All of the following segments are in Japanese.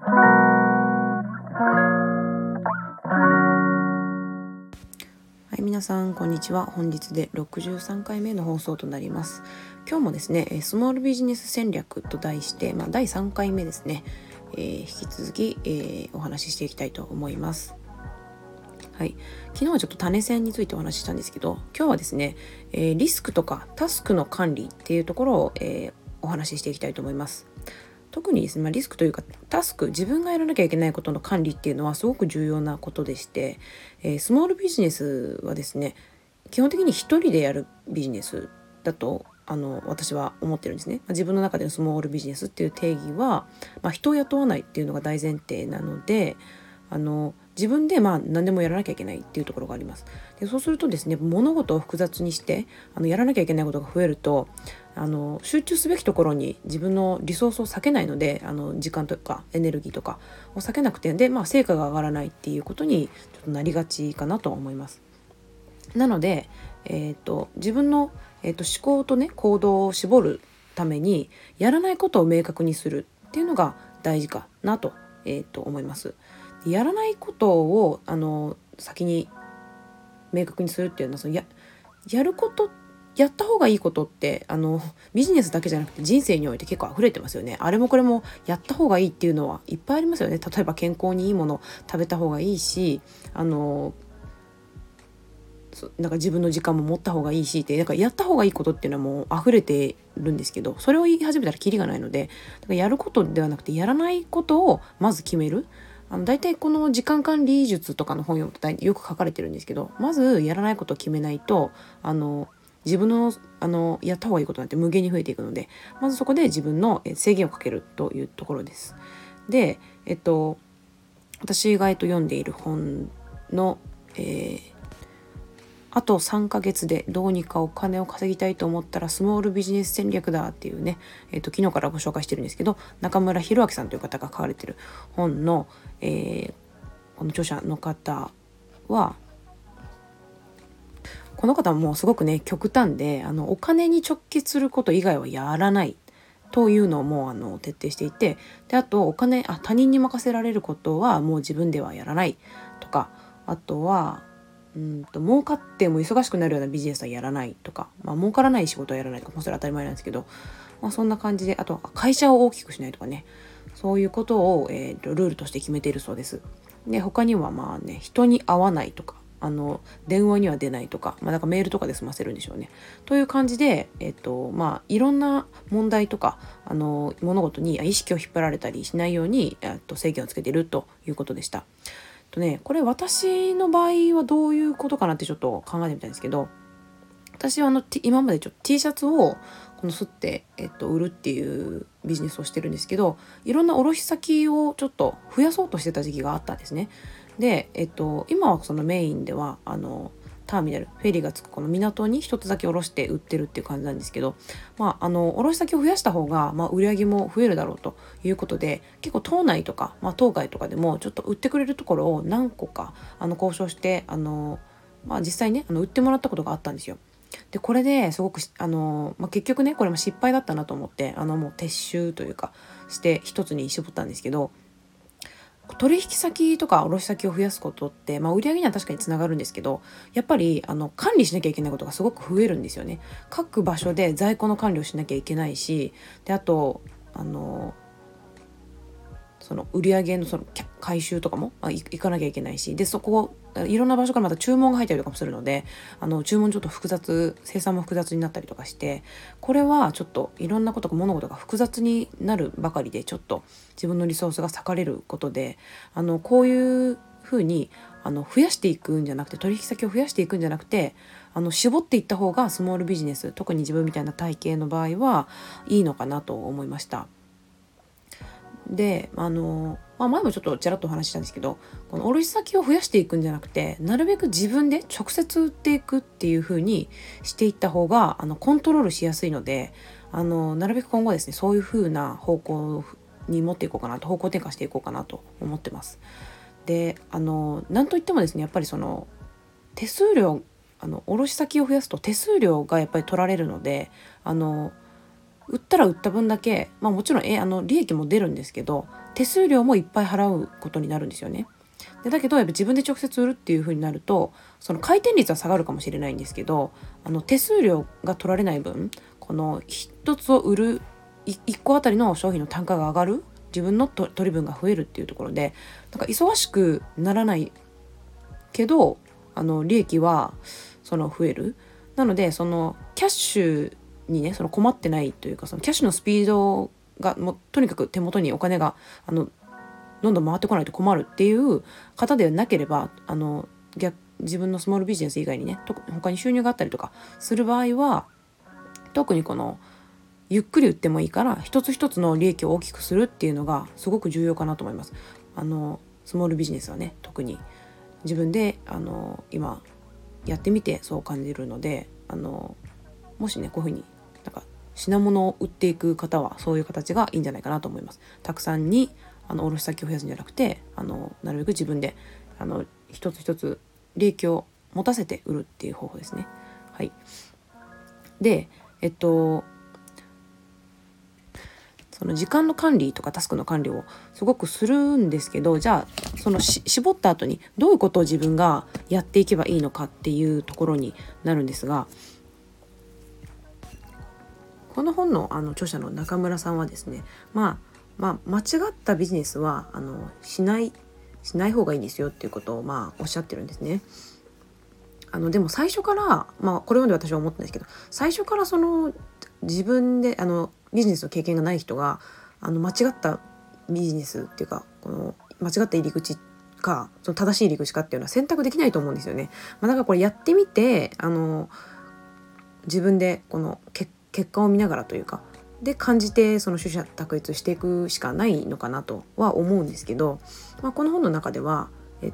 はい、皆さんこんにちは。本日で63回目の放送となります。今日もですね、スモールビジネス戦略と題して、第3回目ですね、引き続き、お話ししていきたいと思います。はい、昨日はちょっと種銭についてお話ししたんですけど、今日はですね、リスクとかタスクの管理っていうところを、お話ししていきたいと思います。特にですね、リスクというかタスク、自分がやらなきゃいけないことの管理っていうのはすごく重要なことでして、スモールビジネスはですね、基本的に一人でやるビジネスだと私は思ってるんですね。自分の中でのスモールビジネスっていう定義は、人を雇わないっていうのが大前提なので、自分で何でもやらなきゃいけないっていうところがあります。でそうするとですね、物事を複雑にしてやらなきゃいけないことが増えると、集中すべきところに自分のリソースを割けないので、時間とかエネルギーとかを割けなくて、で成果が上がらないっていうことにちょっとなりがちかなと思います。なので、自分の、思考とね行動を絞るためにやらないことを明確にするっていうのが大事かなと、思います。やらないことを先に明確にするっていうのは、やることやった方がいいことってビジネスだけじゃなくて人生において結構溢れてますよね。あれもこれもやった方がいいっていうのはいっぱいありますよね。例えば健康にいいもの食べた方がいいし、なんか自分の時間も持った方がいいしって、やった方がいいことっていうのはもう溢れてるんですけど、それを言い始めたらキリがないので、だからやることではなくてやらないことをまず決める。大体この時間管理術とかの本読むとよく書かれてるんですけど、まずやらないことを決めないと自分のやった方がいいことなんて無限に増えていくので、まずそこで自分の制限をかけるというところです。で、私が読んでいる本の、あと3ヶ月でどうにかお金を稼ぎたいと思ったらスモールビジネス戦略だっていうね、昨日からご紹介してるんですけど、中村弘明さんという方が書かれてる本の、この著者の方は、この方もすごくね極端で、お金に直結すること以外はやらないというのをもう徹底していて、であと他人に任せられることはもう自分ではやらないとか、あとは儲かっても忙しくなるようなビジネスはやらないとか、儲からない仕事はやらないとか、それは当たり前なんですけど、そんな感じで、あと会社を大きくしないとかね、そういうことを、ルールとして決めているそうです。で他には人に会わないとか、電話には出ないとか、だからメールとかで済ませるんでしょうね。という感じで、いろんな問題とか物事に意識を引っ張られたりしないように制限をつけているということでした。これ私の場合はどういうことかなってちょっと考えてみたんですけど、私は今までT シャツを吸って、売るっていうビジネスをしてるんですけど、いろんな卸先をちょっと増やそうとしてた時期があったんですね。で、今はそのメインではターミナル、フェリーがつくこの港に一つだけ卸して売ってるっていう感じなんですけど、卸先を増やした方が、売り上げも増えるだろうということで、結構島内とか、島外とかでもちょっと売ってくれるところを何個か交渉して実際ね売ってもらったことがあったんですよ。でこれですごく結局ねこれも失敗だったなと思って、もう撤収というかして一つに絞ったんですけど、取引先とか卸先を増やすことって、売り上げには確かにつながるんですけど、やっぱり管理しなきゃいけないことがすごく増えるんですよね。各場所で在庫の管理をしなきゃいけないし、であとその売り上げのその回収とかも行かなきゃいけないし、でそこいろんな場所からまた注文が入ったりとかもするので、注文ちょっと生産も複雑になったりとかして、これはちょっといろんなことが物事が複雑になるばかりで、ちょっと自分のリソースが割かれることで、こういうふうに増やしていくんじゃなくて、取引先を増やしていくんじゃなくて絞っていった方がスモールビジネス、特に自分みたいな体型の場合はいいのかなと思いました。で前もちょっとちらっとお話ししたんですけど、この卸先を増やしていくんじゃなくて、なるべく自分で直接売っていくっていう風にしていった方がコントロールしやすいので、なるべく今後ですねそういう風な方向に持っていこうかなと、方向転換していこうかなと思ってます。でなんといってもですね、やっぱりその手数料卸先を増やすと手数料がやっぱり取られるので、 売ったら売った分だけ、もちろん利益も出るんですけど、手数料もいっぱい払うことになるんですよね。だけどやっぱ自分で直接売るっていう風になると、その回転率は下がるかもしれないんですけど、手数料が取られない分、この一つを売る1個あたりの商品の単価が上がる、自分の取り分が増えるっていうところで、忙しくならないけど利益は増える。なのでそのキャッシュにね、困ってないというか、そのキャッシュのスピードがもうとにかく手元にお金がどんどん回ってこないと困るっていう方ではなければ、自分のスモールビジネス以外にね、他に収入があったりとかする場合は、特にゆっくり売ってもいいから一つ一つの利益を大きくするっていうのがすごく重要かなと思います。スモールビジネスはね、特に自分で今やってみてそう感じるので、もしねこういうふうに品物を売っていく方はそういう形がいいんじゃないかなと思います。たくさんに卸先を増やすんじゃなくて、なるべく自分で一つ一つ利益を持たせて売るっていう方法ですね。はい。でその時間の管理とかタスクの管理をすごくするんですけど、じゃあ絞った後にどういうことを自分がやっていけばいいのかっていうところになるんですが、この本の著者の中村さんはですね、間違ったビジネスはしない方がいいんですよっていうことをおっしゃってるんですね。でも最初から、これまで私は思ったんですけど、最初から自分でビジネスの経験がない人が間違ったビジネスっていうか、この間違った入り口かその正しい入り口かっていうのは選択できないと思うんですよね。だからこれやってみて自分でこの結果を見ながらというかで感じて、その取捨択一していくしかないのかなとは思うんですけど、この本の中では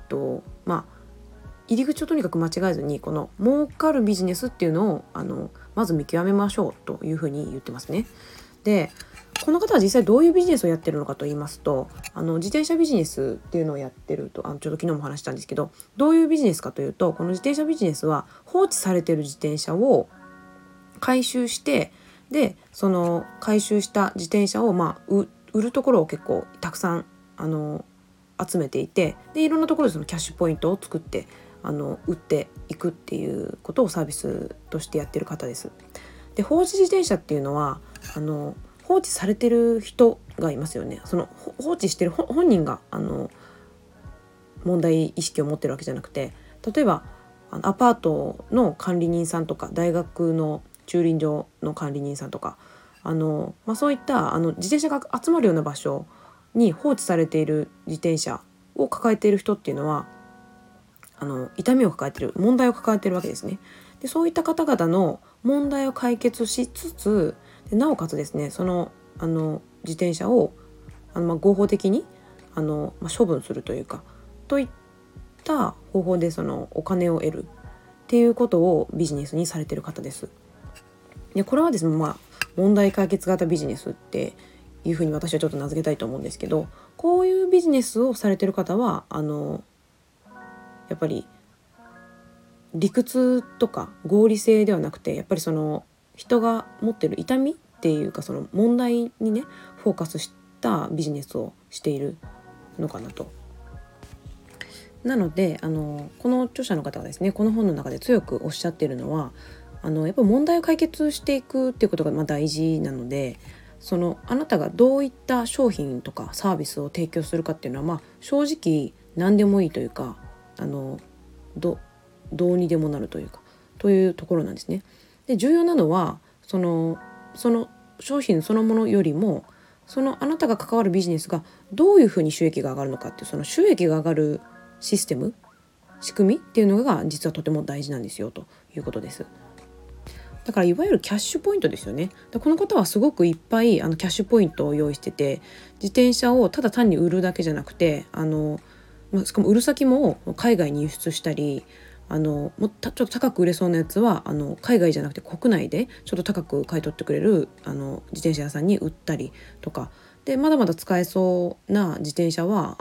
入り口をとにかく間違えずに、この儲かるビジネスっていうのをまず見極めましょうというふうに言ってますね。でこの方は実際どういうビジネスをやってるのかと言いますと、自転車ビジネスっていうのをやってるとちょっと昨日も話したんですけど、どういうビジネスかというと、この自転車ビジネスは放置されている自転車を回収して、でその回収した自転車を売るところを結構たくさん集めていて、でいろんなところでそのキャッシュポイントを作って売っていくっていうことをサービスとしてやってる方です。で放置自転車っていうのは放置されてる人がいますよね。その放置してる本人が問題意識を持ってるわけじゃなくて、例えばアパートの管理人さんとか大学の駐輪場の管理人さんとかそういった自転車が集まるような場所に放置されている自転車を抱えている人っていうのは痛みを抱えている、問題を抱えているわけですね。でそういった方々の問題を解決しつつ、でなおかつですね、自転車を合法的に処分するというかといった方法でお金を得るっていうことをビジネスにされている方です。でこれはですね、問題解決型ビジネスっていうふうに私はちょっと名付けたいと思うんですけど、こういうビジネスをされている方はやっぱり理屈とか合理性ではなくて、やっぱり人が持っている痛みっていうか、その問題にねフォーカスしたビジネスをしているのかなと。なのでこの著者の方がですね、この本の中で強くおっしゃっているのはやっぱり問題を解決していくっていうことが大事なので、あなたがどういった商品とかサービスを提供するかっていうのは正直何でもいいというかどうにでもなるというかというところなんですね。で重要なのはその商品そのものよりも、あなたが関わるビジネスがどういうふうに収益が上がるのかっていう、その収益が上がるシステム、仕組みっていうのが実はとても大事なんですよということです。だからいわゆるキャッシュポイントですよね。でこの方はすごくいっぱいキャッシュポイントを用意してて、自転車をただ単に売るだけじゃなくてしかも売る先も海外に輸出したり、ちょっと高く売れそうなやつは海外じゃなくて国内でちょっと高く買い取ってくれる自転車屋さんに売ったりとかで、まだまだ使えそうな自転車は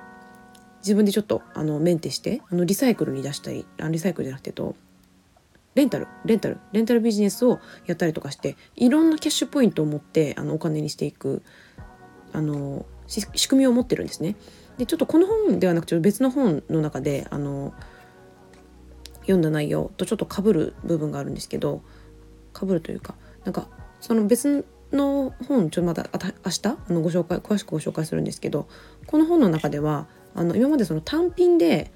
自分でちょっとメンテしてリサイクルに出したり、リサイクルじゃなくてレンタルビジネスをやったりとかして、いろんなキャッシュポイントを持ってお金にしていく仕組みを持ってるんですね。でちょっとこの本ではなくて別の本の中で読んだ内容とちょっと被る部分があるんですけど、被るというか、なんかその別の本また明日詳しくご紹介するんですけど、この本の中では今までその単品で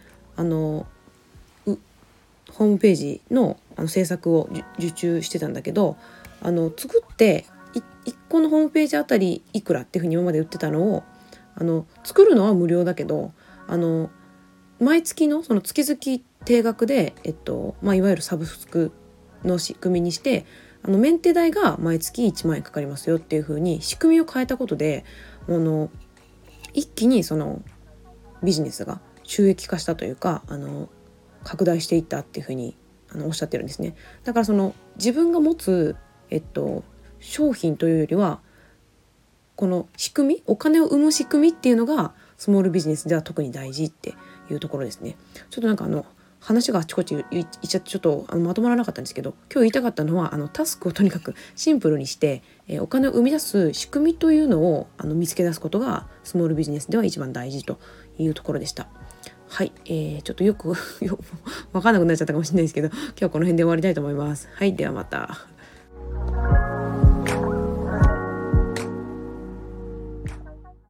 ホームページの制作を受注してたんだけど、作って1個のホームページあたりいくらっていうふうに今まで売ってたのを作るのは無料だけど毎月のその月々定額で、いわゆるサブスクの仕組みにして、メンテ代が毎月1万円かかりますよっていう風に仕組みを変えたことで一気にそのビジネスが収益化したというか拡大していったっていう風におっしゃってるんですね。だからその自分が持つ、商品というよりはこの仕組み、お金を生む仕組みっていうのがスモールビジネスでは特に大事っていうところですね。ちょっとなんか話があちこち言っちゃってちょっとまとまらなかったんですけど、今日言いたかったのはタスクをとにかくシンプルにして、お金を生み出す仕組みというのを見つけ出すことがスモールビジネスでは一番大事というところでした。はい、ちょっとよく分かんなくなっちゃったかもしれないですけど、今日はこの辺で終わりたいと思います。はい、ではまた。